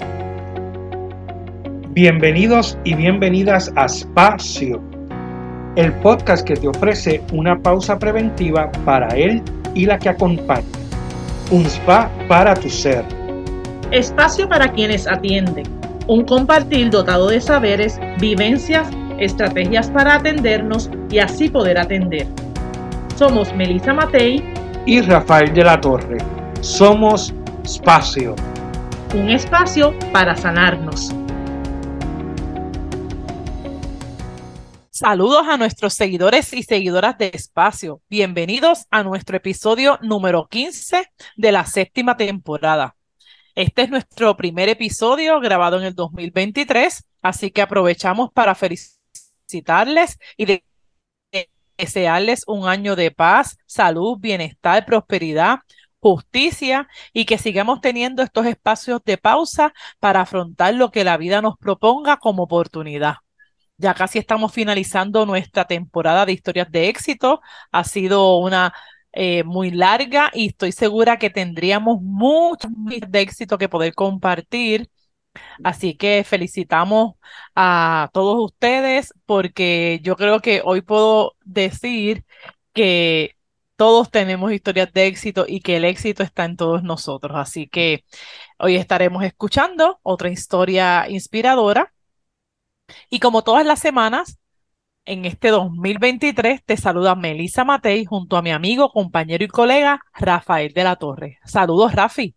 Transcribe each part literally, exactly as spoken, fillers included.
Bienvenidos y bienvenidas a Espacio, el podcast que te ofrece una pausa preventiva para él y la que acompaña. Un spa para tu ser. Espacio para quienes atienden. Un compartir dotado de saberes, vivencias, estrategias para atendernos y así poder atender. Somos Melissa Matei y Rafael de la Torre. Somos Espacio. Un espacio para sanarnos. Saludos a nuestros seguidores y seguidoras de Espacio. Bienvenidos a nuestro episodio número quince de la séptima temporada. Este es nuestro primer episodio grabado en el dos mil veintitrés, así que aprovechamos para felicitarles y de desearles un año de paz, salud, bienestar, prosperidad, justicia y que sigamos teniendo estos espacios de pausa para afrontar lo que la vida nos proponga como oportunidad. Ya casi estamos finalizando nuestra temporada de historias de éxito. Ha sido una eh, muy larga y estoy segura que tendríamos muchas de éxito que poder compartir. Así que felicitamos a todos ustedes porque yo creo que hoy puedo decir que todos tenemos historias de éxito y que el éxito está en todos nosotros. Así que hoy estaremos escuchando otra historia inspiradora. Y como todas las semanas, en este dos mil veintitrés te saluda Melissa Matei junto a mi amigo, compañero y colega Rafael de la Torre. Saludos, Rafi.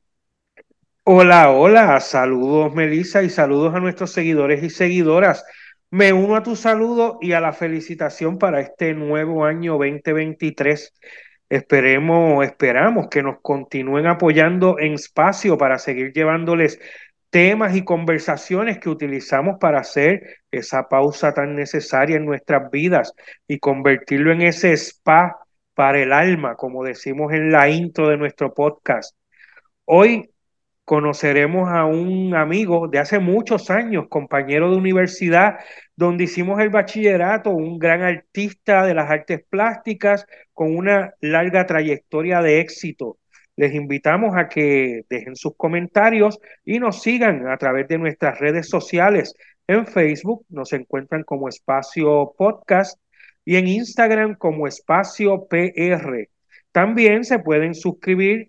Hola, hola, saludos Melissa y saludos a nuestros seguidores y seguidoras. Me uno a tu saludo y a la felicitación para este nuevo año veinte veintitrés. Esperemos, esperamos que nos continúen apoyando en Espacio para seguir llevándoles temas y conversaciones que utilizamos para hacer esa pausa tan necesaria en nuestras vidas y convertirlo en ese spa para el alma, como decimos en la intro de nuestro podcast. Hoy conoceremos a un amigo de hace muchos años, compañero de universidad, donde hicimos el bachillerato, un gran artista de las artes plásticas con una larga trayectoria de éxito. Les invitamos a que dejen sus comentarios y nos sigan a través de nuestras redes sociales. En Facebook nos encuentran como Espacio Podcast y en Instagram como Espacio P R. También se pueden suscribir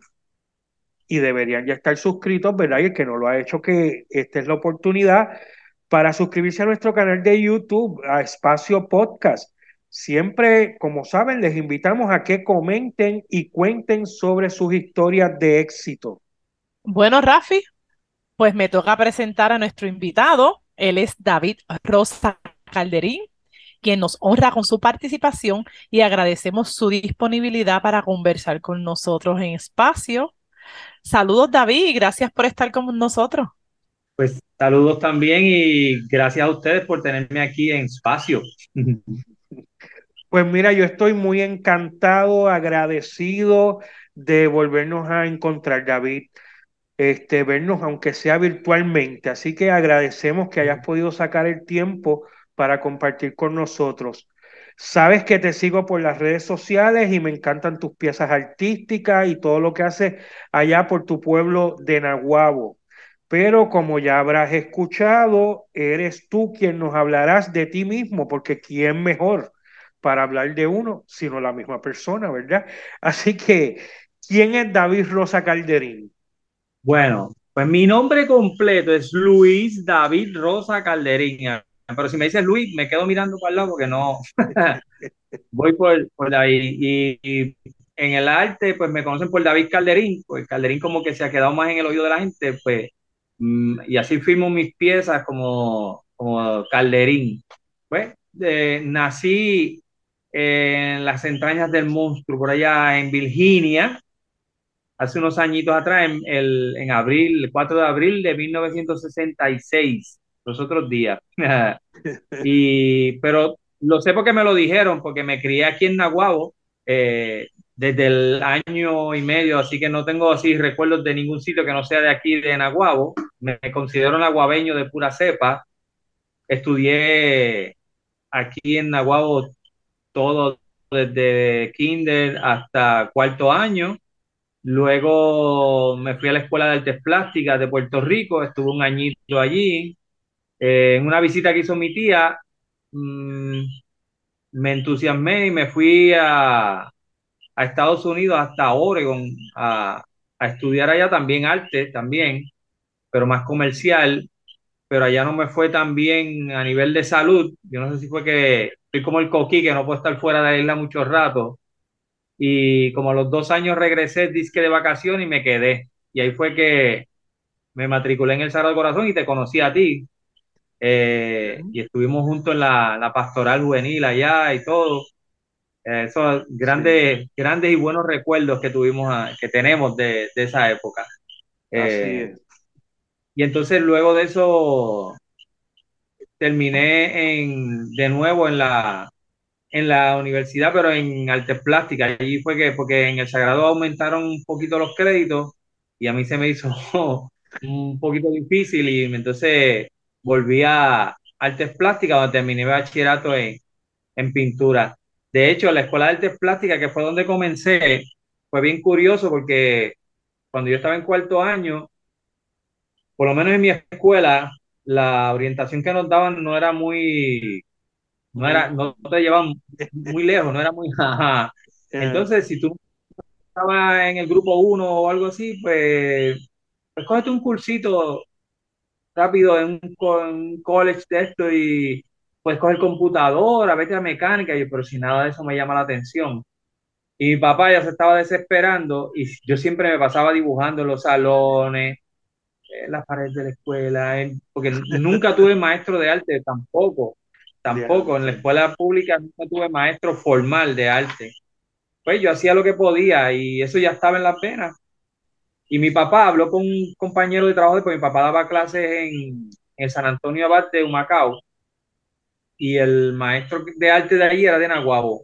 y deberían ya estar suscritos, ¿verdad? Y el que no lo ha hecho, que esta es la oportunidad para suscribirse a nuestro canal de YouTube, a Espacio Podcast. Siempre, como saben, les invitamos a que comenten y cuenten sobre sus historias de éxito. Bueno, Rafi, pues me toca presentar a nuestro invitado. Él es David Rosa Calderín, quien nos honra con su participación y agradecemos su disponibilidad para conversar con nosotros en Espacio. Saludos, David, y gracias por estar con nosotros. Pues saludos también y gracias a ustedes por tenerme aquí en Espacio. Pues mira, yo estoy muy encantado, agradecido de volvernos a encontrar, David, este, vernos aunque sea virtualmente. Así que agradecemos que hayas podido sacar el tiempo para compartir con nosotros. Sabes que te sigo por las redes sociales y me encantan tus piezas artísticas y todo lo que haces allá por tu pueblo de Naguabo. Pero como ya habrás escuchado, eres tú quien nos hablarás de ti mismo, porque ¿quién mejor para hablar de uno sino la misma persona, ¿verdad? Así que, ¿quién es David Rosa Calderín? Bueno, pues mi nombre completo es Luis David Rosa Calderín. Pero si me dices Luis, me quedo mirando para el lado porque no voy por, por David. Y, y en el arte, pues me conocen por David Calderín, pues Calderín como que se ha quedado más en el oído de la gente, pues, mm, y así firmo mis piezas como, como Calderín. Pues eh, nací en las entrañas del monstruo, por allá en Virginia, hace unos añitos atrás, en, el, en abril, el cuatro de abril de mil novecientos sesenta y seis, los otros días. Y, pero lo sé porque me lo dijeron, porque me crié aquí en Naguabo eh, desde el año y medio, así que no tengo así recuerdos de ningún sitio que no sea de aquí de Naguabo. Me considero naguabeño de pura cepa. Estudié aquí en Naguabo todo desde kinder hasta cuarto año Luego me fui a la Escuela de Artes Plásticas de Puerto Rico, estuve un añito allí. Eh, en una visita que hizo mi tía, mmm, me entusiasmé y me fui a, a Estados Unidos, hasta Oregon, a, a estudiar allá también arte, también, pero más comercial. Pero allá no me fue tan bien a nivel de salud. Yo no sé si fue que estoy como el coquí, que no puedo estar fuera de la isla mucho rato. Y como a los dos años regresé, disque de vacación y me quedé. Y ahí fue que me matriculé en el Sagrado Corazón y te conocí a ti. Eh, y estuvimos juntos en la, la pastoral juvenil allá y todo. Eh, esos Sí, grandes, grandes y buenos recuerdos que tuvimos, a- que tenemos de, de esa época. así Eh, es. y entonces luego de eso terminé en, de nuevo en la, en la universidad, pero en artes plásticas. Allí fue que, porque en el Sagrado aumentaron un poquito los créditos y a mí se me hizo un poquito difícil y entonces volví a artes plásticas donde terminé bachillerato en, en pintura. De hecho, la Escuela de Artes Plásticas, que fue donde comencé, fue bien curioso porque cuando yo estaba en cuarto año, por lo menos en mi escuela, la orientación que nos daban no era muy, no era, Muy, no te llevaban muy lejos, no era muy, ajá. eh, Entonces, si tú estabas en el grupo uno o algo así, pues, pues cógete un cursito rápido en un, co- en un college de esto y puedes coger computadora, vete a mecánica, y yo, pero si nada de eso me llama la atención. Y mi papá ya se estaba desesperando y yo siempre me pasaba dibujando en los salones, en las paredes de la escuela, en- porque nunca tuve maestro de arte tampoco, de tampoco. En la arte. escuela pública nunca tuve maestro formal de arte. Pues yo hacía lo que podía y eso ya estaba en las venas. Y mi papá habló con un compañero de trabajo, porque mi papá daba clases en, en San Antonio Abad de Humacao y el maestro de arte de allí era de Naguabo.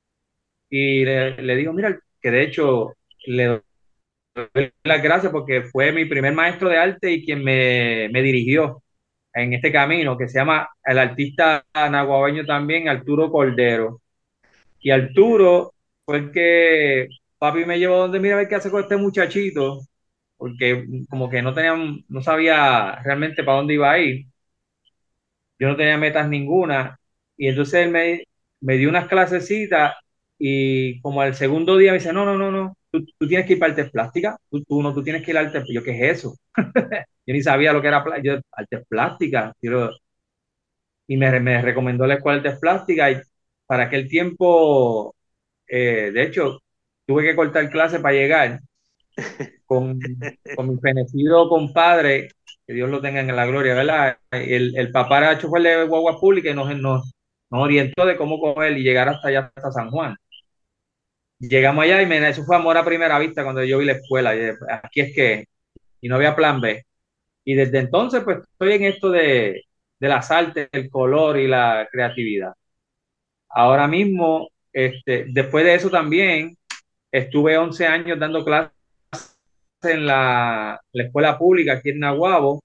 Y le, le digo, mira, que de hecho le doy las gracias porque fue mi primer maestro de arte y quien me, me dirigió en este camino, que se llama el artista naguabeño también, Arturo Cordero. Y Arturo fue el que papi me llevó donde, mira, a ver qué hace con este muchachito, porque como que no tenía, no sabía realmente para dónde iba a ir. Yo no tenía metas ninguna. Y entonces él me, me dio unas clasecitas y como al segundo día me dice, no, no, no, no, tú, tú tienes que ir para artes plásticas, tú, tú no, tú tienes que ir a artes. Yo, ¿qué es eso? Yo ni sabía lo que era pla- yo, artes plásticas. Yo, y me, me recomendó la escuela de artes plásticas y para aquel tiempo, eh, de hecho, tuve que cortar clase para llegar con, con mi fenecido compadre, que Dios lo tenga en la gloria, ¿verdad? El, el papá era chofer de guagua pública y nos, nos, nos orientó de cómo coger y llegar hasta allá, hasta San Juan. Llegamos allá y me, eso fue amor a primera vista cuando yo vi la escuela. Y aquí es que, y no había plan B. Y desde entonces, pues estoy en esto de, de las artes, el color y la creatividad. Ahora mismo, este, después de eso también, estuve once años dando clases en la, la escuela pública aquí en Nahuabo.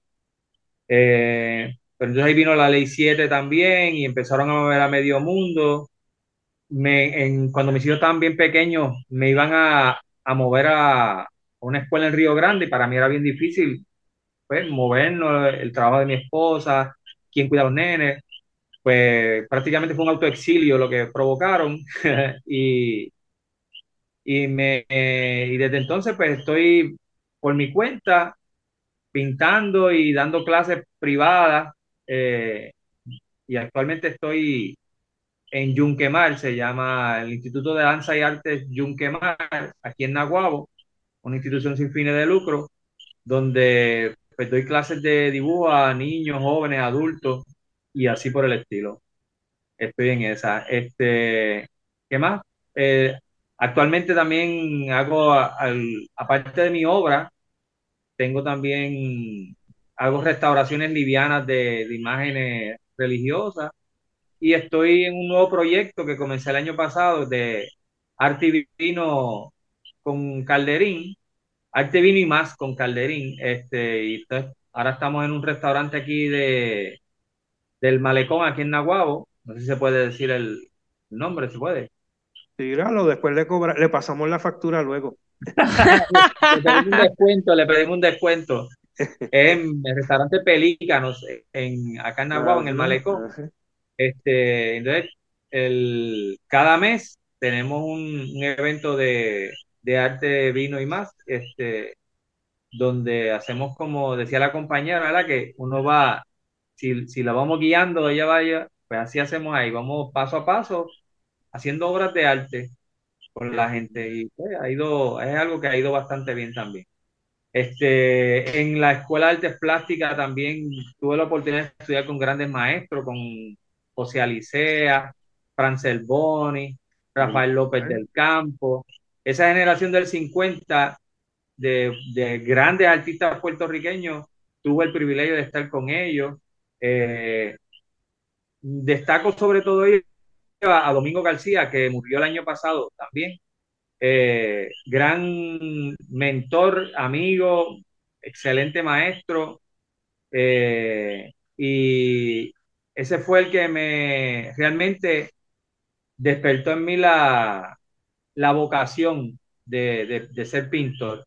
Eh, pero entonces ahí vino la ley siete también y empezaron a mover a medio mundo. Me, en, cuando mis hijos estaban bien pequeños, me iban a, a mover a, a una escuela en Río Grande y para mí era bien difícil, pues, movernos, el trabajo de mi esposa, quién cuida a los nenes. Pues prácticamente fue un autoexilio lo que provocaron y, y, me, eh, y desde entonces pues estoy por mi cuenta pintando y dando clases privadas, eh, y actualmente estoy en Yunquemar, se llama el Instituto de Danza y Artes Yunquemar, aquí en Naguabo, una institución sin fines de lucro, donde pues, doy clases de dibujo a niños, jóvenes, adultos y así por el estilo. Estoy en esa. Este, ¿qué más? Eh, actualmente también hago, a- al- aparte de mi obra, tengo también, hago restauraciones livianas de, de imágenes religiosas y estoy en un nuevo proyecto que comencé el año pasado de arte y vino con Calderín, arte, vino y más con Calderín. Este, y entonces, ahora estamos en un restaurante aquí de, del Malecón, aquí en Naguabo. No sé si se puede decir el nombre, se puede. Tíralo, después le cobra, le pasamos la factura luego. Le pedimos un descuento, le pedimos un descuento. Es en el restaurante Pelícanos, en, acá en Naguabo, en el Ajá, Malecón. ajá. Este, entonces, el, cada mes tenemos un, un evento de, de arte, vino y más, este, donde hacemos como decía la compañera, ¿verdad? Que uno va, si, si la vamos guiando, ella vaya, pues así hacemos ahí, vamos paso a paso haciendo obras de arte con Qué la gente y pues, ha ido, es algo que ha ido bastante bien también. Este, en la Escuela de Artes Plásticas también tuve la oportunidad de estudiar con grandes maestros, con José Alicea, Francel Boni, Rafael López brutal. del Campo. Esa generación del cincuenta de, de grandes artistas puertorriqueños, tuve el privilegio de estar con ellos. Eh, Destaco sobre todo a, a Domingo García, que murió el año pasado también. Eh, gran mentor, amigo, excelente maestro. Eh, y ese fue el que me realmente despertó en mí la, la vocación de, de, de ser pintor.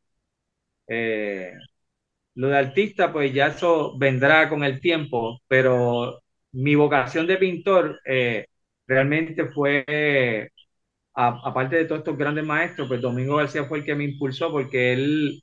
Eh, lo de artista, pues ya eso vendrá con el tiempo, pero mi vocación de pintor eh, realmente fue, eh, a, aparte de todos estos grandes maestros, pues Domingo García fue el que me impulsó porque él,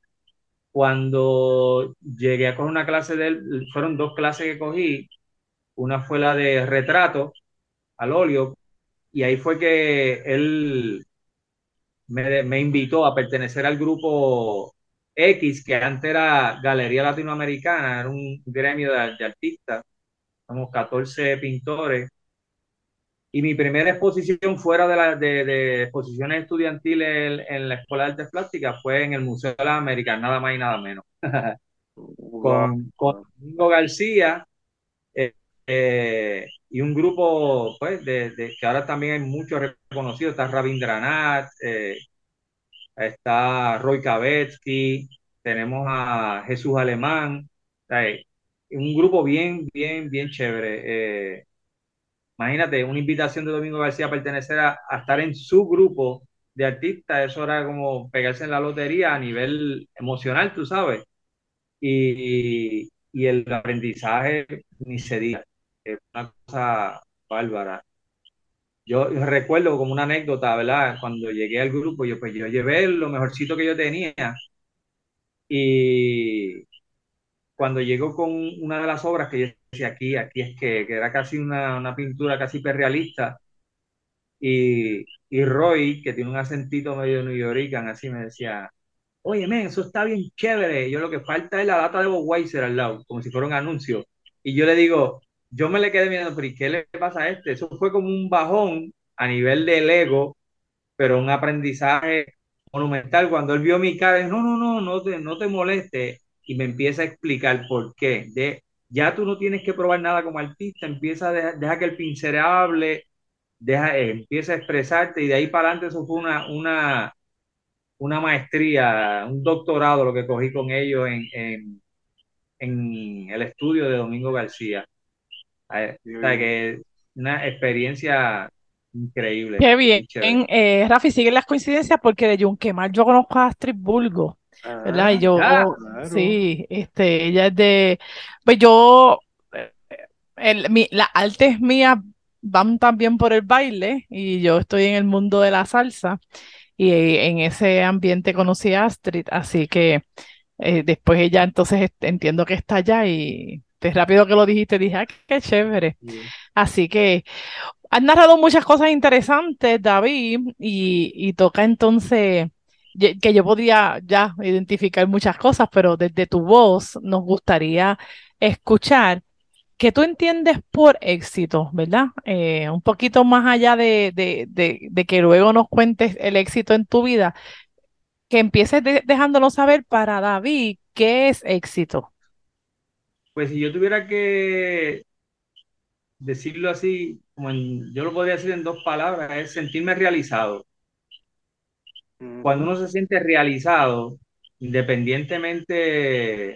cuando llegué a coger una clase de él, fueron dos clases que cogí, una fue la de retrato al óleo, y ahí fue que él me, me invitó a pertenecer al grupo X, que antes era Galería Latinoamericana, era un gremio de, de artistas, somos catorce pintores, y mi primera exposición fuera de, la, de, de exposiciones estudiantiles en, en la Escuela de Artes Plásticas fue en el Museo de las Américas, nada más y nada menos, Wow. con, con Domingo García, eh, eh, y un grupo pues, de, de, que ahora también hay muchos reconocidos, está Rabindranath, eh, está Roy Kavetsky, tenemos a Jesús Alemán, o sea, un grupo bien, bien, bien chévere. Eh, imagínate, una invitación de Domingo García a pertenecer a, a, estar en su grupo de artistas, eso era como pegarse en la lotería a nivel emocional, tú sabes, y, y el aprendizaje ni se diga, es una cosa bárbara. Yo recuerdo como una anécdota, ¿verdad? Cuando llegué al grupo, yo pues yo llevé lo mejorcito que yo tenía y cuando llegó con una de las obras que yo decía aquí, aquí es que, que era casi una, una pintura casi hiperrealista y, y Roy, que tiene un acentito medio New Yorican, así me decía, oye, men, eso está bien chévere, yo lo que falta es la data de Budweiser al lado, como si fuera un anuncio. Y yo le digo, yo me le quedé mirando, pero ¿y qué le pasa a este? Eso fue como un bajón a nivel del ego, pero un aprendizaje monumental. Cuando él vio mi cara, no, no, no, no te, no te molestes, y me empieza a explicar por qué. De, ya tú no tienes que probar nada como artista, empieza a deja, deja que el pincel hable, deja, eh, empieza a expresarte, y de ahí para adelante eso fue una, una, una maestría, un doctorado lo que cogí con ellos en, en, en el estudio de Domingo García. Eh, Qué o sea, bien. que una experiencia increíble, Qué muy bien, chévere. eh, Rafi, siguen las coincidencias porque de Yunquemar yo conozco a Astrid Bulgo, ¿verdad? Y Ah, yo, Ah, oh, claro. sí, este, ella es de, pues yo, eh, el, mi, las artes mías van también por el baile y yo estoy en el mundo de la salsa y eh, en ese ambiente conocí a Astrid, así que eh, después ella entonces este, entiendo que está allá y de rápido que lo dijiste dije, ah, qué chévere. sí. Así que... Has narrado muchas cosas interesantes, David, y, y toca entonces ye- que yo podría ya identificar muchas cosas, pero desde tu voz nos gustaría escuchar qué tú entiendes por éxito, ¿verdad? Eh, un poquito más allá de, de, de, de que luego nos cuentes el éxito en tu vida, que empieces de- dejándonos saber para David qué es éxito. Pues si yo tuviera que decirlo así, como en- yo lo podría decir en dos palabras, es sentirme realizado. Cuando Ujú. uno se siente realizado, independientemente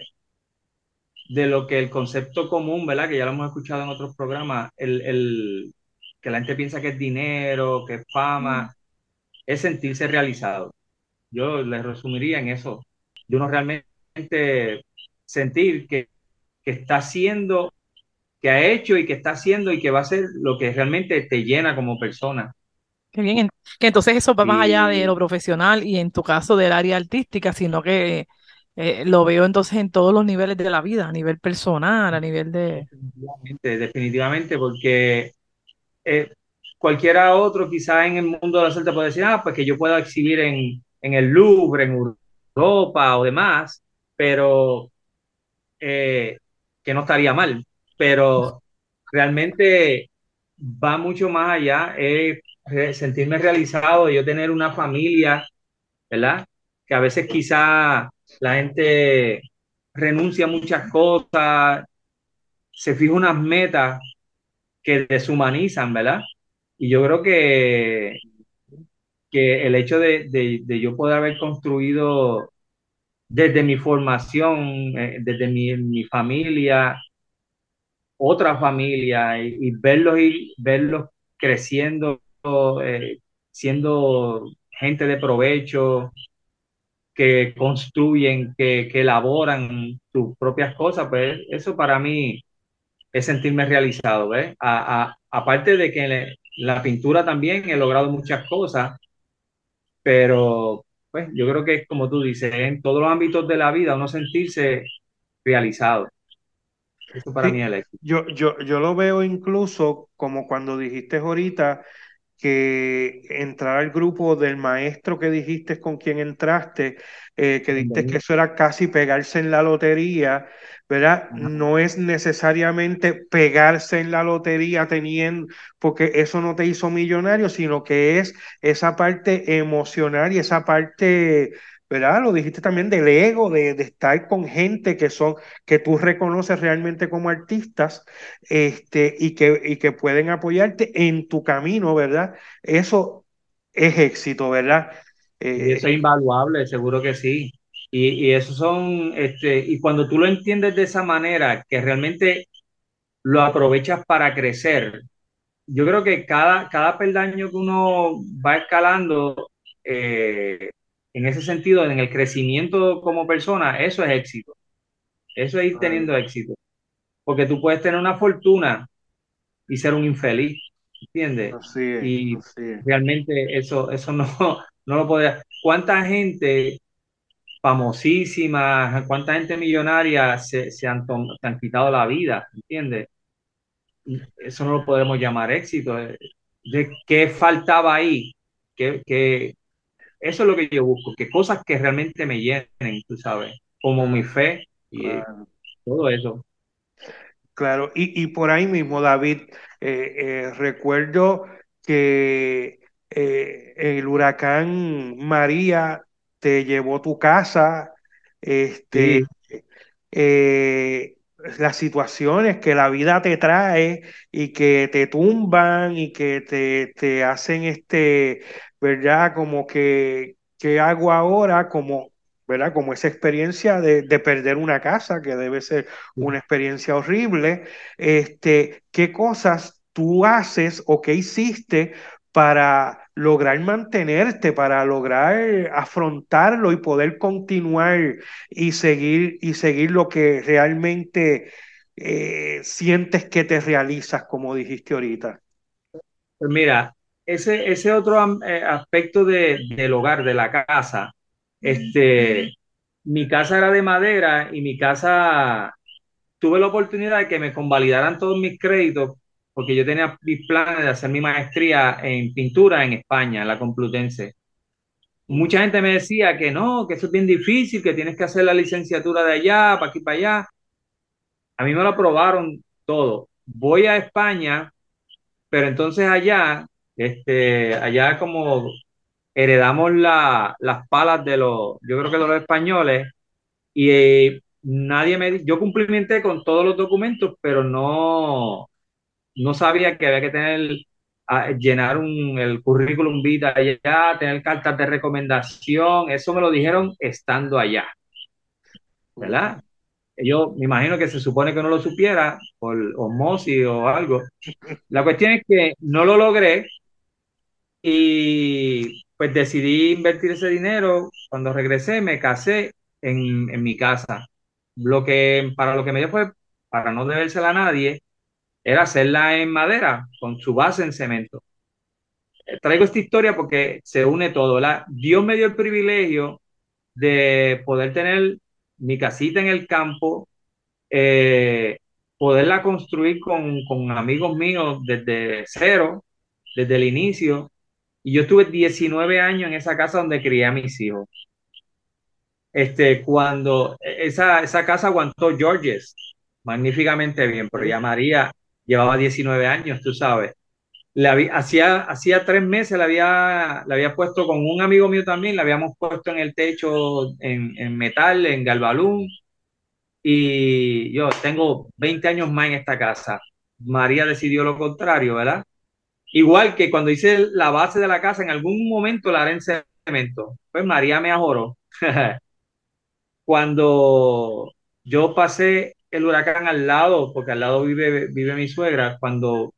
de lo que el concepto común, ¿verdad? Que ya lo hemos escuchado en otros programas, el, el- que la gente piensa que es dinero, que es Mm. fama, es sentirse realizado. Yo les resumiría en eso, de uno realmente sentir que, que está haciendo, que ha hecho y que está haciendo y que va a ser lo que realmente te llena como persona. Qué bien, en- que entonces eso va más allá de Y lo profesional y en tu caso del área artística, sino que eh, lo veo entonces en todos los niveles de la vida, a nivel personal, a nivel de... definitivamente, definitivamente, porque eh, cualquiera otro quizá en el mundo de la arte puede decir, ah, pues que yo pueda exhibir en, en el Louvre, en Europa o demás, pero eh, que no estaría mal, pero realmente va mucho más allá, es eh, sentirme realizado, yo tener una familia, ¿verdad? Que a veces quizá la gente renuncia a muchas cosas, se fija unas metas que deshumanizan, ¿verdad? Y yo creo que, que el hecho de, de, de yo poder haber construido desde mi formación, eh, desde mi, mi familia, otra familia y, y verlos ir, verlos creciendo, eh, siendo gente de provecho, que construyen, que, que elaboran sus propias cosas, pues eso para mí es sentirme realizado, ¿ves? A, a, aparte de que en la pintura también he logrado muchas cosas, pero pues yo creo que es como tú dices, en todos los ámbitos de la vida uno sentirse realizado. Eso para mí Sí, es el éxito. yo, yo, yo lo veo incluso como cuando dijiste ahorita que entrar al grupo del maestro que dijiste con quien entraste, eh, que dijiste que eso era casi pegarse en la lotería, ¿verdad? Ajá. No es necesariamente pegarse en la lotería teniendo, porque eso no te hizo millonario, sino que es esa parte emocional y esa parte, ¿verdad? Lo dijiste también del ego, de, de estar con gente que son, que tú reconoces realmente como artistas, este, y que, y que pueden apoyarte en tu camino, ¿verdad? Eso es éxito, ¿verdad? Y Eh, eso es invaluable, seguro que sí. Y, y eso son, este, y cuando tú lo entiendes de esa manera, que realmente lo aprovechas para crecer, yo creo que cada, cada peldaño que uno va escalando, eh, en ese sentido, en el crecimiento como persona, eso es éxito. Eso es ir Ay, teniendo éxito. Porque tú puedes tener una fortuna y ser un infeliz, ¿entiendes? así es, Y así es. realmente eso, eso no, no lo puede. ¿Cuánta gente famosísimas, cuánta gente millonaria se, se han, tom- se han quitado la vida, ¿entiendes? Eso no lo podemos llamar éxito. ¿De qué faltaba ahí? ¿Qué, qué- Eso es lo que yo busco, que cosas que realmente me llenen, tú sabes, como mi Claro, fe y claro. todo eso. Claro, y, y por ahí mismo, David, eh, eh, recuerdo que eh, el huracán María te llevó tu casa, este, Sí, eh, las situaciones que la vida te trae y que te tumban y que te, te hacen este, ¿verdad? Como que, ¿qué hago ahora? Como, ¿verdad? Como esa experiencia de, de perder una casa, que debe ser una experiencia horrible. Este, ¿qué cosas tú haces o qué hiciste para lograr mantenerte, para lograr afrontarlo y poder continuar y seguir, y seguir lo que realmente eh, sientes que te realizas, como dijiste ahorita? pues mira, ese, ese otro am- eh, aspecto de, del hogar, de la casa, este, mi casa era de madera y mi casa tuve la oportunidad de que me convalidaran todos mis créditos, porque yo tenía mis planes de hacer mi maestría en pintura en España, en la Complutense. Mucha gente me decía que no, que eso es bien difícil, que tienes que hacer la licenciatura de allá, para aquí, para allá. A mí me lo aprobaron todo. Voy a España, pero entonces allá, este, allá como heredamos la, las palas de los, yo creo que de los españoles, y eh, nadie me, yo cumplimenté con todos los documentos, pero no, no sabía que había que tener, a- llenar un, el currículum vitae allá, tener cartas de recomendación, eso me lo dijeron estando allá, Ujú. ¿verdad? Yo me imagino que se supone que no lo supiera por osmosis o algo. La cuestión es que no lo logré y pues decidí invertir ese dinero. Cuando regresé, me casé en, en mi casa. Lo que, para lo que me dio fue, para no debérsela a nadie, era hacerla en madera, con su base en cemento. Eh, Traigo esta historia porque se une todo, ¿verdad? Dios me dio el privilegio de poder tener mi casita en el campo, eh, poderla construir con, con amigos míos desde cero, desde el inicio. Y yo estuve diecinueve años en esa casa donde crié a mis hijos. Este, cuando esa, esa casa aguantó Georges magníficamente bien, pero ya María llevaba diecinueve años, tú sabes. Le había, hacía, hacía tres meses le había, le había puesto con un amigo mío también, le habíamos puesto en el techo en, en metal, en galvalum, y yo tengo veinte años más en esta casa. María decidió lo contrario, ¿verdad? Igual que cuando hice la base de la casa, en algún momento la haré en cemento. Pues María me ajoró. Cuando yo pasé el huracán al lado, porque al lado vive, vive mi suegra, cuando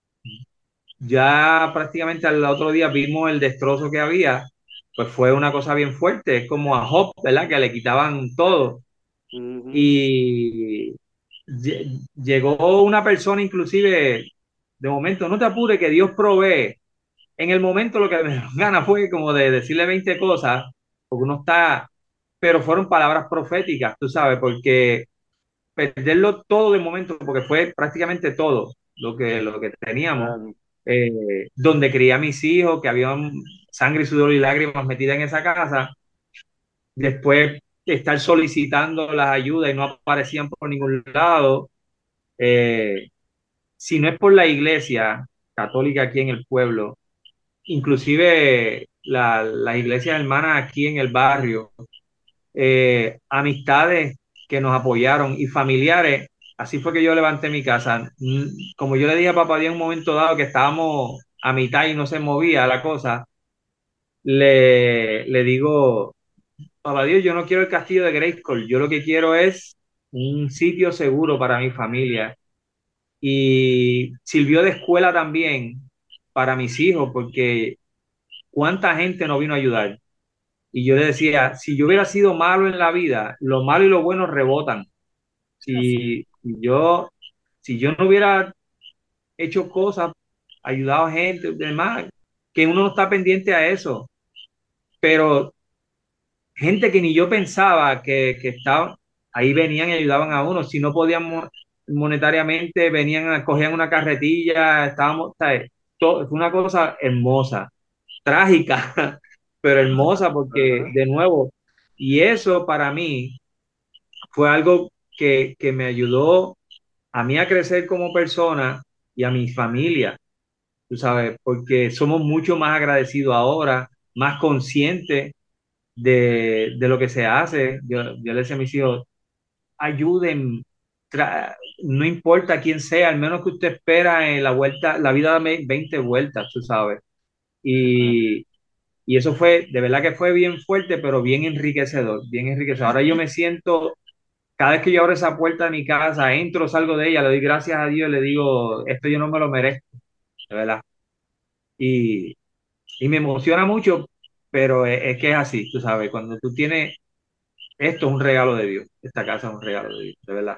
ya prácticamente al otro día vimos el destrozo que había, pues fue una cosa bien fuerte. Es como a Job, ¿verdad? Que le quitaban todo. Ujú. Y lle- llegó una persona inclusive, de momento, no te apures que Dios provee. En el momento lo que me dio gana fue como de decirle veinte cosas, porque uno está, pero fueron palabras proféticas, tú sabes, porque perderlo todo de momento, porque fue prácticamente todo lo que, lo que teníamos, Ah, eh, donde crié a mis hijos, que habían sangre, sudor y lágrimas metidas en esa casa, después estar solicitando las ayudas y no aparecían por ningún lado. eh, si no es por la iglesia católica aquí en el pueblo, inclusive la, las iglesias hermanas aquí en el barrio, eh, amistades que nos apoyaron y familiares, así fue que yo levanté mi casa. Mm, Como yo le dije a papá Dios en un momento dado que estábamos a mitad y no se movía la cosa, le, le digo, papá Dios, yo no quiero el castillo de Grayskull, yo lo que quiero es un sitio seguro para mi familia. Y sirvió de escuela también para mis hijos, porque cuánta gente no vino a ayudar. Y yo le decía, si yo hubiera sido malo en la vida, lo malo y lo bueno rebotan. Así. Si yo, si yo no hubiera hecho cosas, ayudado a gente, demás, que uno no está pendiente a eso. Pero gente que ni yo pensaba que, que estaba, ahí venían y ayudaban a uno. Si no podíamos monetariamente, venían, cogían una carretilla, estábamos, ¿sabes? Todo, fue una cosa hermosa, trágica, pero hermosa porque, ajá. de nuevo, y eso para mí fue algo que, que me ayudó a mí a crecer como persona y a mi familia, tú sabes, porque somos mucho más agradecidos ahora, más conscientes de, de lo que se hace. Yo, yo le decía a mis hijos, ayuden, tra- no importa quién sea, al menos que usted espera en la vuelta, la vida da veinte vueltas, tú sabes. Y, y eso fue, de verdad que fue bien fuerte, pero bien enriquecedor, bien enriquecedor. Ahora yo me siento, cada vez que yo abro esa puerta de mi casa, entro, salgo de ella, le doy gracias a Dios, le digo, esto yo no me lo merezco, de verdad. Y, y me emociona mucho, pero es, es que es así, tú sabes, cuando tú tienes, esto es un regalo de Dios, esta casa es un regalo de Dios, de verdad.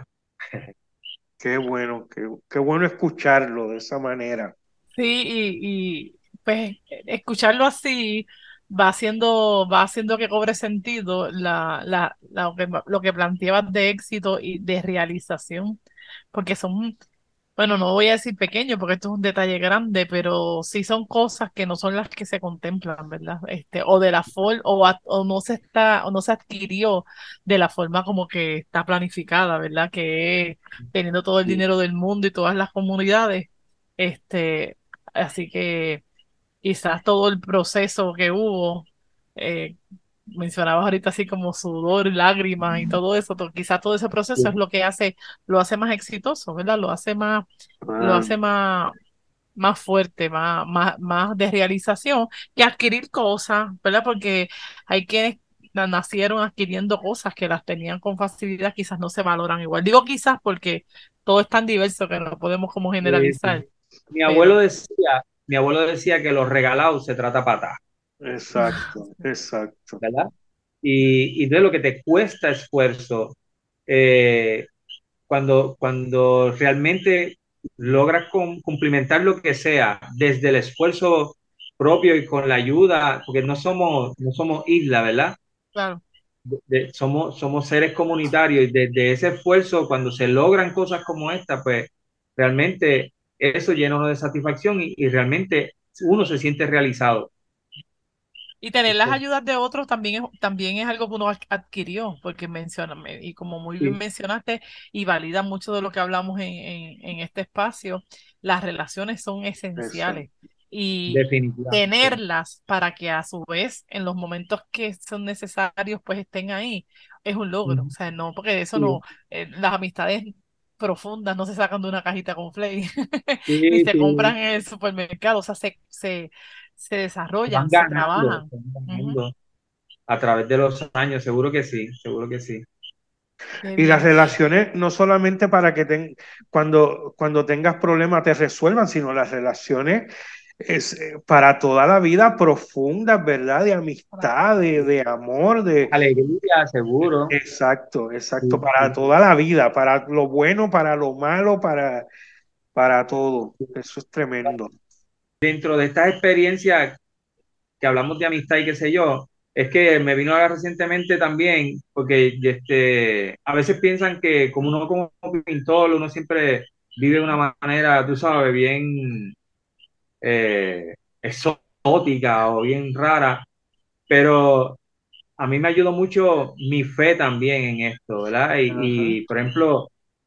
Qué bueno, qué, qué bueno escucharlo de esa manera. Sí, y, y, pues escucharlo así va haciendo, va haciendo que cobre sentido la, la, la- lo que, lo que planteabas de éxito y de realización, porque son, bueno, no voy a decir pequeño porque esto es un detalle grande, pero sí son cosas que no son las que se contemplan, ¿verdad? Este, o de la forma, o, a- o no se está, o no se adquirió de la forma como que está planificada, ¿verdad? Que es teniendo todo el Sí, dinero del mundo y todas las comunidades. Este, Así que quizás todo el proceso que hubo, eh, mencionabas ahorita así como sudor, lágrimas y todo eso, to- quizás todo ese proceso es sí, lo que hace, lo hace más exitoso, ¿verdad? Lo hace más, lo Ah, hace más, más fuerte, más, más, más de realización que adquirir cosas, ¿verdad? Porque hay quienes na- nacieron adquiriendo cosas que las tenían con facilidad, quizás no se valoran igual. Digo quizás porque todo es tan diverso que no podemos como sí, generalizar, sí. Mi abuelo pero decía, mi abuelo decía que los regalados se trata para atrás. exacto, exacto. ¿verdad? Y, y de lo que te cuesta esfuerzo, eh, cuando, cuando realmente logras cum- cumplimentar lo que sea desde el esfuerzo propio y con la ayuda, porque no somos, no somos isla, ¿verdad? Claro. De- de- somos, somos seres comunitarios y desde ese esfuerzo, cuando se logran cosas como esta, pues realmente eso llena uno de satisfacción y, y realmente uno se siente realizado. Y tener las Eso, ayudas de otros también es, también es algo que uno ad- adquirió, porque menciona, me- y como muy bien sí, mencionaste, y valida mucho de lo que hablamos en, en, en este espacio, las relaciones son Exacto. esenciales. Y definitivamente. tenerlas para que a su vez, en los momentos que son necesarios, pues estén ahí, es un logro. O Ujú. sea, no, porque eso no, Sí, eh, las amistades profundas no se sacan de una cajita con flay, ni sí, se sí. compran en el supermercado, o sea, se, se, se Se van desarrollan, se ganando, trabajan. se van Ujú. ganando a través de los años, seguro que sí, seguro que sí. Qué Y las bien. relaciones no solamente para que ten- cuando, cuando tengas problemas te resuelvan, sino las relaciones es, eh, para toda la vida profundas, ¿verdad? De amistad, de, de amor, de... Alegría, seguro. Exacto, exacto, Sí, para sí. toda la vida, para lo bueno, para lo malo, para, para todo. Eso es tremendo. Dentro de estas experiencias que hablamos de amistad y qué sé yo, es que me vino ahora recientemente también, porque este, a veces piensan que como uno como pintor, uno siempre vive de una manera, tú sabes, bien eh, exótica o bien rara, pero a mí me ayudó mucho mi fe también en esto, ¿verdad? Ajá, Y, y, por ejemplo,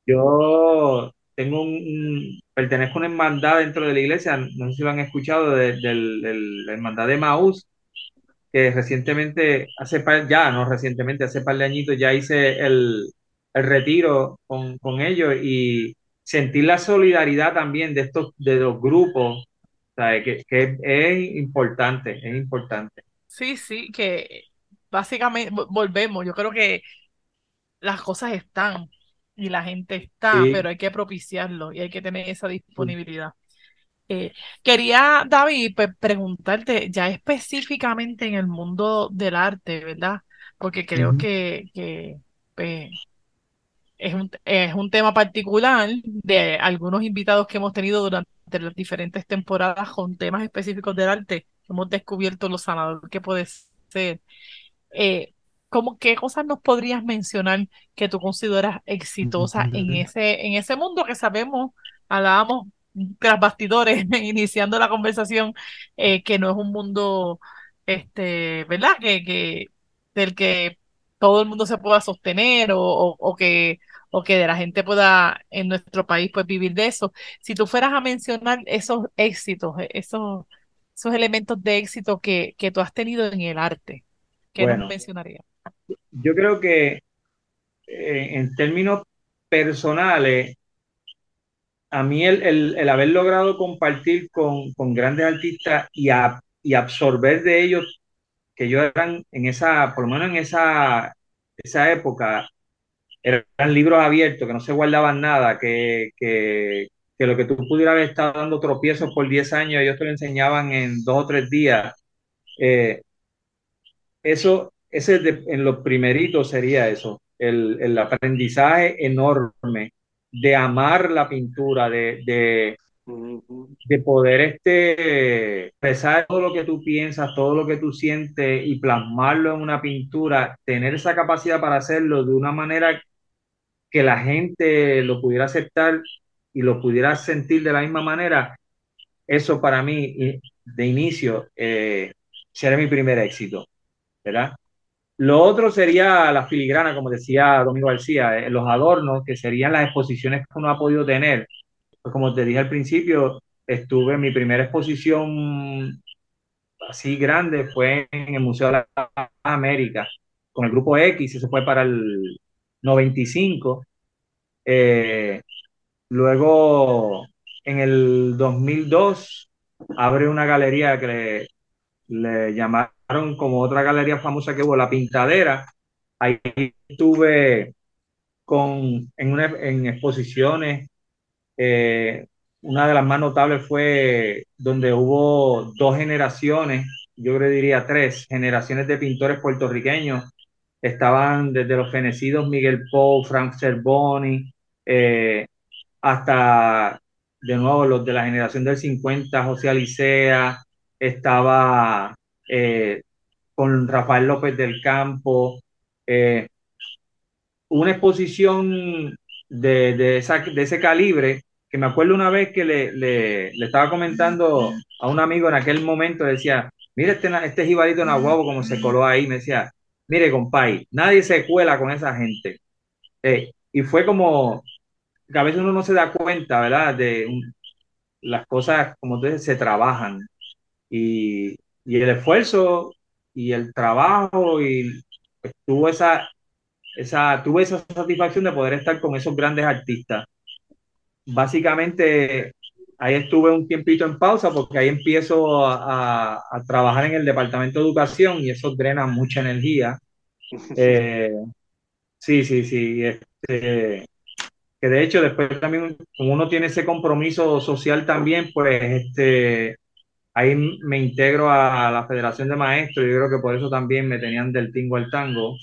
yo tengo un, un- pertenezco a una hermandad dentro de la iglesia, no sé si lo han escuchado, de, del- del- la hermandad de Maús, que recientemente, hace par, ya, no recientemente, hace par de añitos ya hice el, el retiro con, con ellos y sentir la solidaridad también de estos, de los grupos, ¿sabes? Que, que es importante, es importante. Sí, sí, que básicamente vo- volvemos. Yo creo que las cosas están y la gente está, Sí, pero hay que propiciarlo y hay que tener esa sí. disponibilidad. Eh, Quería, David, pues, preguntarte ya específicamente en el mundo del arte, ¿verdad? Porque creo Ujú. que, que pues, es un, es un tema particular de algunos invitados que hemos tenido durante las diferentes temporadas con temas específicos del arte. Hemos descubierto lo sanador que puede ser. Eh, ¿cómo, qué cosas nos podrías mencionar que tú consideras exitosa en ese, en ese mundo que sabemos, hablábamos tras bastidores, iniciando la conversación, eh, que no es un mundo, este, ¿verdad? Que, que, del que todo el mundo se pueda sostener o, o, o que, o que de la gente pueda en nuestro país pues vivir de eso. Si tú fueras a mencionar esos éxitos, eh, esos, esos elementos de éxito que, que tú has tenido en el arte. ¿Qué nos Bueno, mencionaría? yo creo que eh, en términos personales, a mí el, el, el haber logrado compartir con, con grandes artistas y, a, y absorber de ellos que ellos eran en esa, por lo menos en esa, esa época, eran libros abiertos, que no se guardaban nada, que, que, que lo que tú pudieras haber estado dando tropiezos por diez años, ellos te lo enseñaban en dos o tres días. Eh, eso, ese de- en los primeritos sería eso, el, el aprendizaje enorme de amar la pintura, de, de, ujú, de poder este, expresar todo lo que tú piensas, todo lo que tú sientes y plasmarlo en una pintura, tener esa capacidad para hacerlo de una manera que la gente lo pudiera aceptar y lo pudiera sentir de la misma manera, eso para mí y- de inicio eh, será mi primer éxito, ¿verdad? Lo otro sería la filigrana, como decía Domingo García, eh, los adornos, que serían las exposiciones que uno ha podido tener. Pues como te dije al principio, estuve en mi primera exposición así grande, fue en el Museo de las Américas, con el Grupo X, eso fue para el noventa y cinco. Eh, Luego, en el dos mil dos, abre una galería que le, le llamaron como otra galería famosa que hubo, La Pintadera. Ahí estuve con, en, una, en exposiciones. Eh, una de las más notables fue donde hubo dos generaciones. yo creo diría tres generaciones de pintores puertorriqueños. Estaban desde los fenecidos Miguel Pou, Frank Cerboni, eh, hasta de nuevo los de la generación del cincuenta, José Alicea, estaba eh, con Rafael López del Campo, eh, una exposición de, de, esa, de ese calibre, que me acuerdo una vez que le, le, le estaba comentando a un amigo en aquel momento, decía, mire este, este jibarito nahuabo como se coló ahí, me decía, mire compay, nadie se cuela con esa gente. Eh, y fue como, que a veces uno no se da cuenta, ¿verdad? De un, las cosas, como tú dices, se trabajan y, y el esfuerzo y el trabajo y pues, tuvo esa, esa, tuve esa satisfacción de poder estar con esos grandes artistas. Básicamente, ahí estuve un tiempito en pausa porque ahí empiezo a, a, a trabajar en el departamento de educación y eso drena mucha energía. Eh, sí, sí, sí. Este, que de hecho después también, como uno tiene ese compromiso social también, pues este, ahí me integro a la Federación de Maestros. Yo creo que por eso también me tenían del tingo al tango.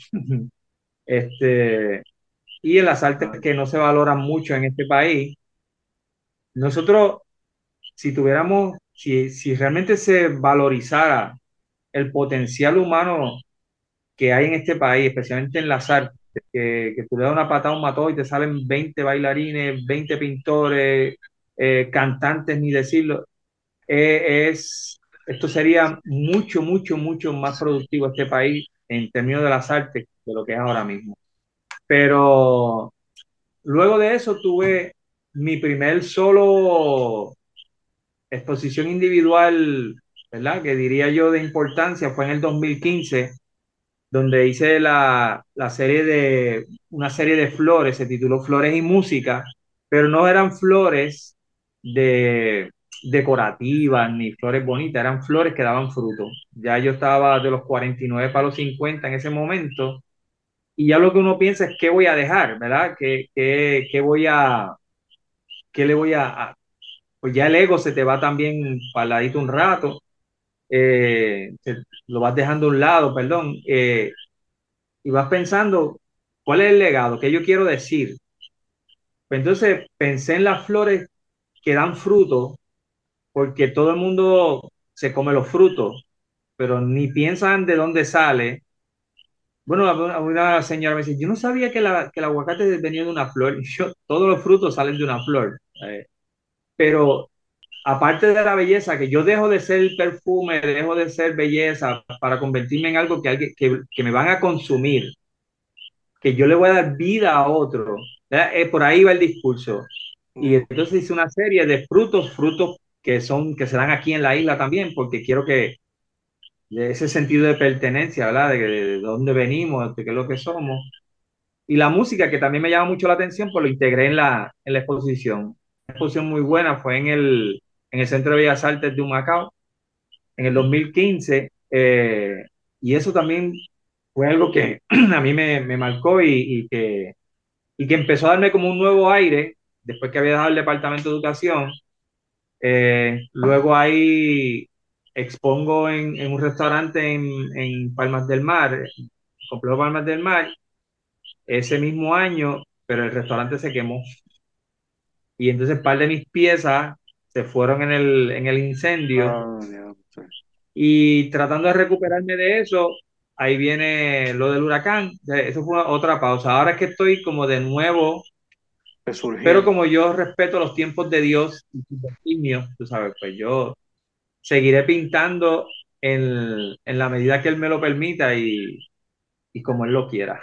Este, y en las artes que no se valoran mucho en este país. Nosotros, si tuviéramos, si, si realmente se valorizara el potencial humano que hay en este país, especialmente en las artes, que, que tú le das una patada a un mató y te salen veinte bailarines, veinte pintores, eh, cantantes, ni decirlo, eh, es, esto sería mucho, mucho, mucho más productivo este país en términos de las artes de lo que es ahora mismo. Pero luego de eso tuve mi primer solo exposición individual, ¿verdad? Que diría yo de importancia, fue en el dos mil quince, donde hice la, la serie de, una serie de flores, se tituló Flores y Música, pero no eran flores de decorativas ni flores bonitas, eran flores que daban fruto. Ya yo estaba de los cuarenta y nueve para los cincuenta en ese momento, y ya lo que uno piensa es qué voy a dejar, ¿verdad? ¿Qué, qué, qué voy a, qué le voy a, a, pues ya el ego se te va también para el ladito un rato, eh, te- lo vas dejando a un lado, perdón, eh, y vas pensando, ¿cuál es el legado? ¿Qué yo quiero decir? Pues entonces pensé en las flores que dan fruto, porque todo el mundo se come los frutos, pero ni piensan de dónde sale. Bueno, a- a una señora me dice, yo no sabía que, la, que el aguacate venía de una flor. Y yo, todos los frutos salen de una flor. Eh, pero aparte de la belleza, que yo dejo de ser perfume, dejo de ser belleza para convertirme en algo que, alguien, que, que me van a consumir, que yo le voy a dar vida a otro. Eh, por ahí va el discurso. Y entonces hice una serie de frutos, frutos que son, que se dan aquí en la isla también, porque quiero que de ese sentido de pertenencia, ¿verdad? De, de dónde venimos, de qué es lo que somos. Y la música, que también me llama mucho la atención, pues lo integré en la, en la exposición. Una exposición muy buena, fue en el, en el Centro de Bellas Artes de Humacao, en el dos mil quince, eh, y eso también fue algo que a mí me, me marcó y, y, que, y que empezó a darme como un nuevo aire después que había dejado el Departamento de Educación. Eh, luego ahí expongo en, en un restaurante en, en Palmas del Mar, Complejo Palmas del Mar, ese mismo año, pero el restaurante se quemó. Y entonces un par de mis piezas se fueron en el, en el incendio. Ah, ya, sí. Y tratando de recuperarme de eso, ahí viene lo del huracán. Eso fue otra pausa. Ahora es que estoy como de nuevo, pero Resurgiendo. como yo respeto los tiempos de Dios y sus designios, tú sabes, pues yo seguiré pintando en, en la medida que Él me lo permita y, y como Él lo quiera.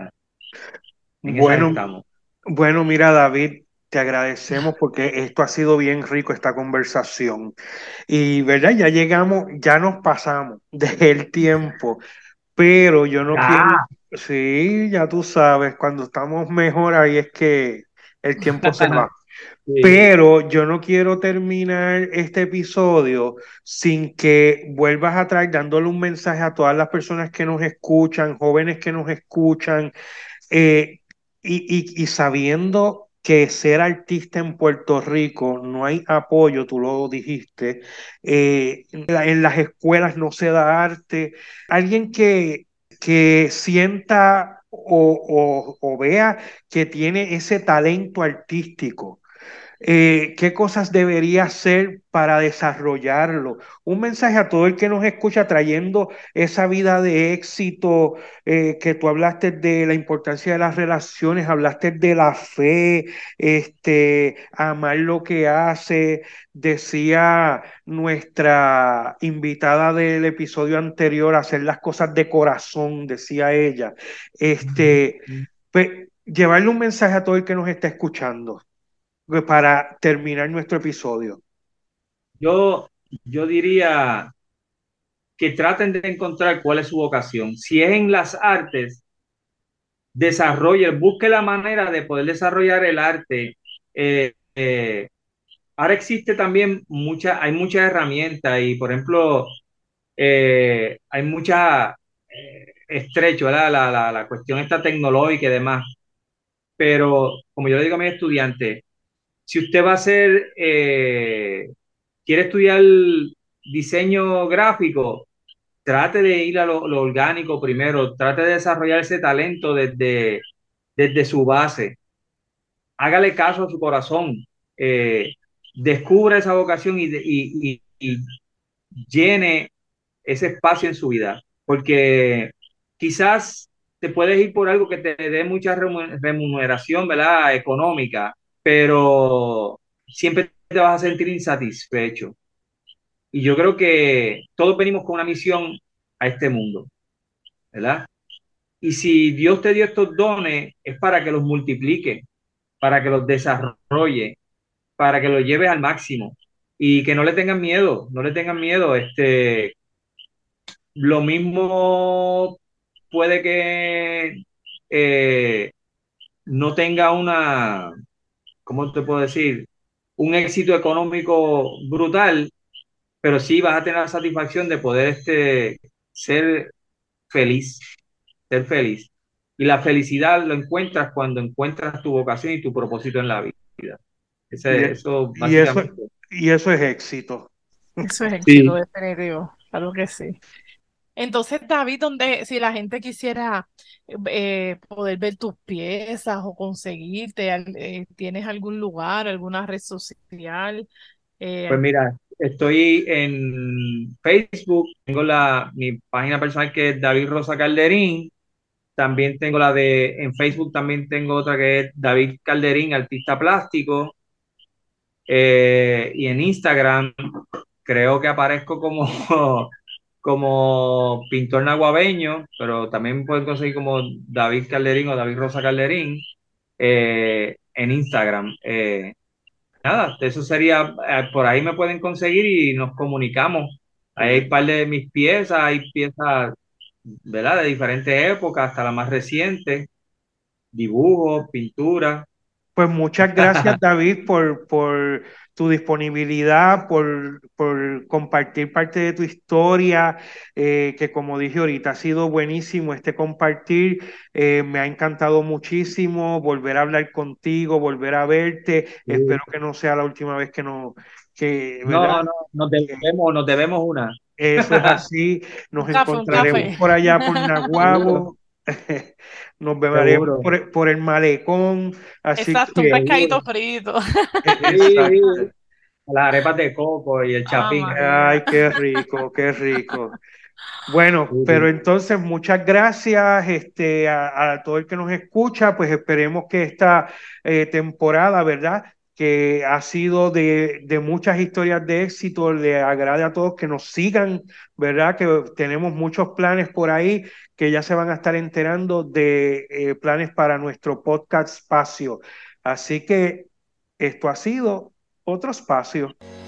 En esas Bueno, estamos. bueno, mira, David, te agradecemos porque esto ha sido bien rico, esta conversación. Y, ¿verdad? Ya llegamos, ya nos pasamos del tiempo, pero yo no quiero, Ya. sí, ya tú sabes, cuando estamos mejor ahí es que el tiempo se va. Sí. Pero yo no quiero terminar este episodio sin que vuelvas a traer dándole un mensaje a todas las personas que nos escuchan, jóvenes que nos escuchan, eh, y, y- y sabiendo que ser artista en Puerto Rico no hay apoyo, tú lo dijiste, eh, en, la- en las escuelas no se da arte. Alguien que, que sienta o, o o vea que tiene ese talento artístico, eh, qué cosas debería hacer para desarrollarlo. Un mensaje a todo el que nos escucha trayendo esa vida de éxito, eh, que tú hablaste de la importancia de las relaciones, hablaste de la fe, este, amar lo que hace. Decía nuestra invitada del episodio anterior, hacer las cosas de corazón, decía ella. Este, pues, llevarle un mensaje a todo el que nos está escuchando para terminar nuestro episodio. Yo, yo diría que traten de encontrar cuál es su vocación. Si es en las artes, desarrolle, busque la manera de poder desarrollar el arte. Eh, eh, ahora existe también mucha, hay muchas herramientas y, por ejemplo, eh, hay mucha eh, estrecho, ¿verdad? La, la, la cuestión está tecnológica y demás. Pero, como yo le digo a mis estudiantes, si usted va a hacer, eh, quiere estudiar diseño gráfico, trate de ir a lo, lo orgánico primero, trate de desarrollar ese talento desde, desde su base. Hágale caso a su corazón, eh, descubra esa vocación y, y, y, y llene ese espacio en su vida, porque quizás te puedes ir por algo que te dé mucha remuneración, ¿verdad? Económica, pero siempre te vas a sentir insatisfecho. Y yo creo que todos venimos con una misión a este mundo, ¿verdad? Y si Dios te dio estos dones, es para que los multiplique, para que los desarrolle, para que los lleves al máximo y que no le tengan miedo, no le tengan miedo. Este, lo mismo puede que eh, no tenga una, ¿cómo te puedo decir? Un éxito económico brutal, pero sí vas a tener la satisfacción de poder este, ser feliz, ser feliz. Y la felicidad lo encuentras cuando encuentras tu vocación y tu propósito en la vida. Y, Ese, eso y eso, básicamente. y eso es éxito. Eso es éxito Sí, definitivo, algo que sí. Entonces, David, donde si la gente quisiera eh, poder ver tus piezas o conseguirte, al- eh, ¿tienes algún lugar, alguna red social? pues Eh, mira, estoy en Facebook, tengo la, mi página personal que es David Rosa Calderín, también tengo la de, en Facebook también tengo otra que es David Calderín, artista plástico, eh, y en Instagram creo que aparezco como, como pintor naguabeño, pero también pueden conseguir como David Calderín o David Rosa Calderín eh, en Instagram. Eh, nada, eso sería, eh, por ahí me pueden conseguir y nos comunicamos. Ahí hay un par de mis piezas, hay piezas, ¿verdad? De diferentes épocas, hasta la más reciente, dibujos, pintura. Pues muchas gracias, David, por, por tu disponibilidad, por, por compartir parte de tu historia, eh, que como dije ahorita, ha sido buenísimo este compartir. Eh, me ha encantado muchísimo volver a hablar contigo, volver a verte. Espero que no sea la última vez que no, que, ¿verdad? No, no, nos Que debemos, nos debemos una. eso es así. Nos un café, un encontraremos café. por allá por Seguro, Naguabo. Nos veremos seguro, por, por el malecón. Así Exacto, un que, pescadito seguro. frito. Sí, exacto. sí, las arepas de coco y el Ah, chapín. María. Ay, qué rico, qué rico. Bueno, Sí, pero sí. entonces muchas gracias este, a, a todo el que nos escucha, pues esperemos que esta eh, temporada, ¿verdad? Que ha sido de, de muchas historias de éxito, le agrade a todos que nos sigan, ¿verdad? Que tenemos muchos planes por ahí que ya se van a estar enterando de eh, planes para nuestro podcast espacio. Así que esto ha sido otro espacio.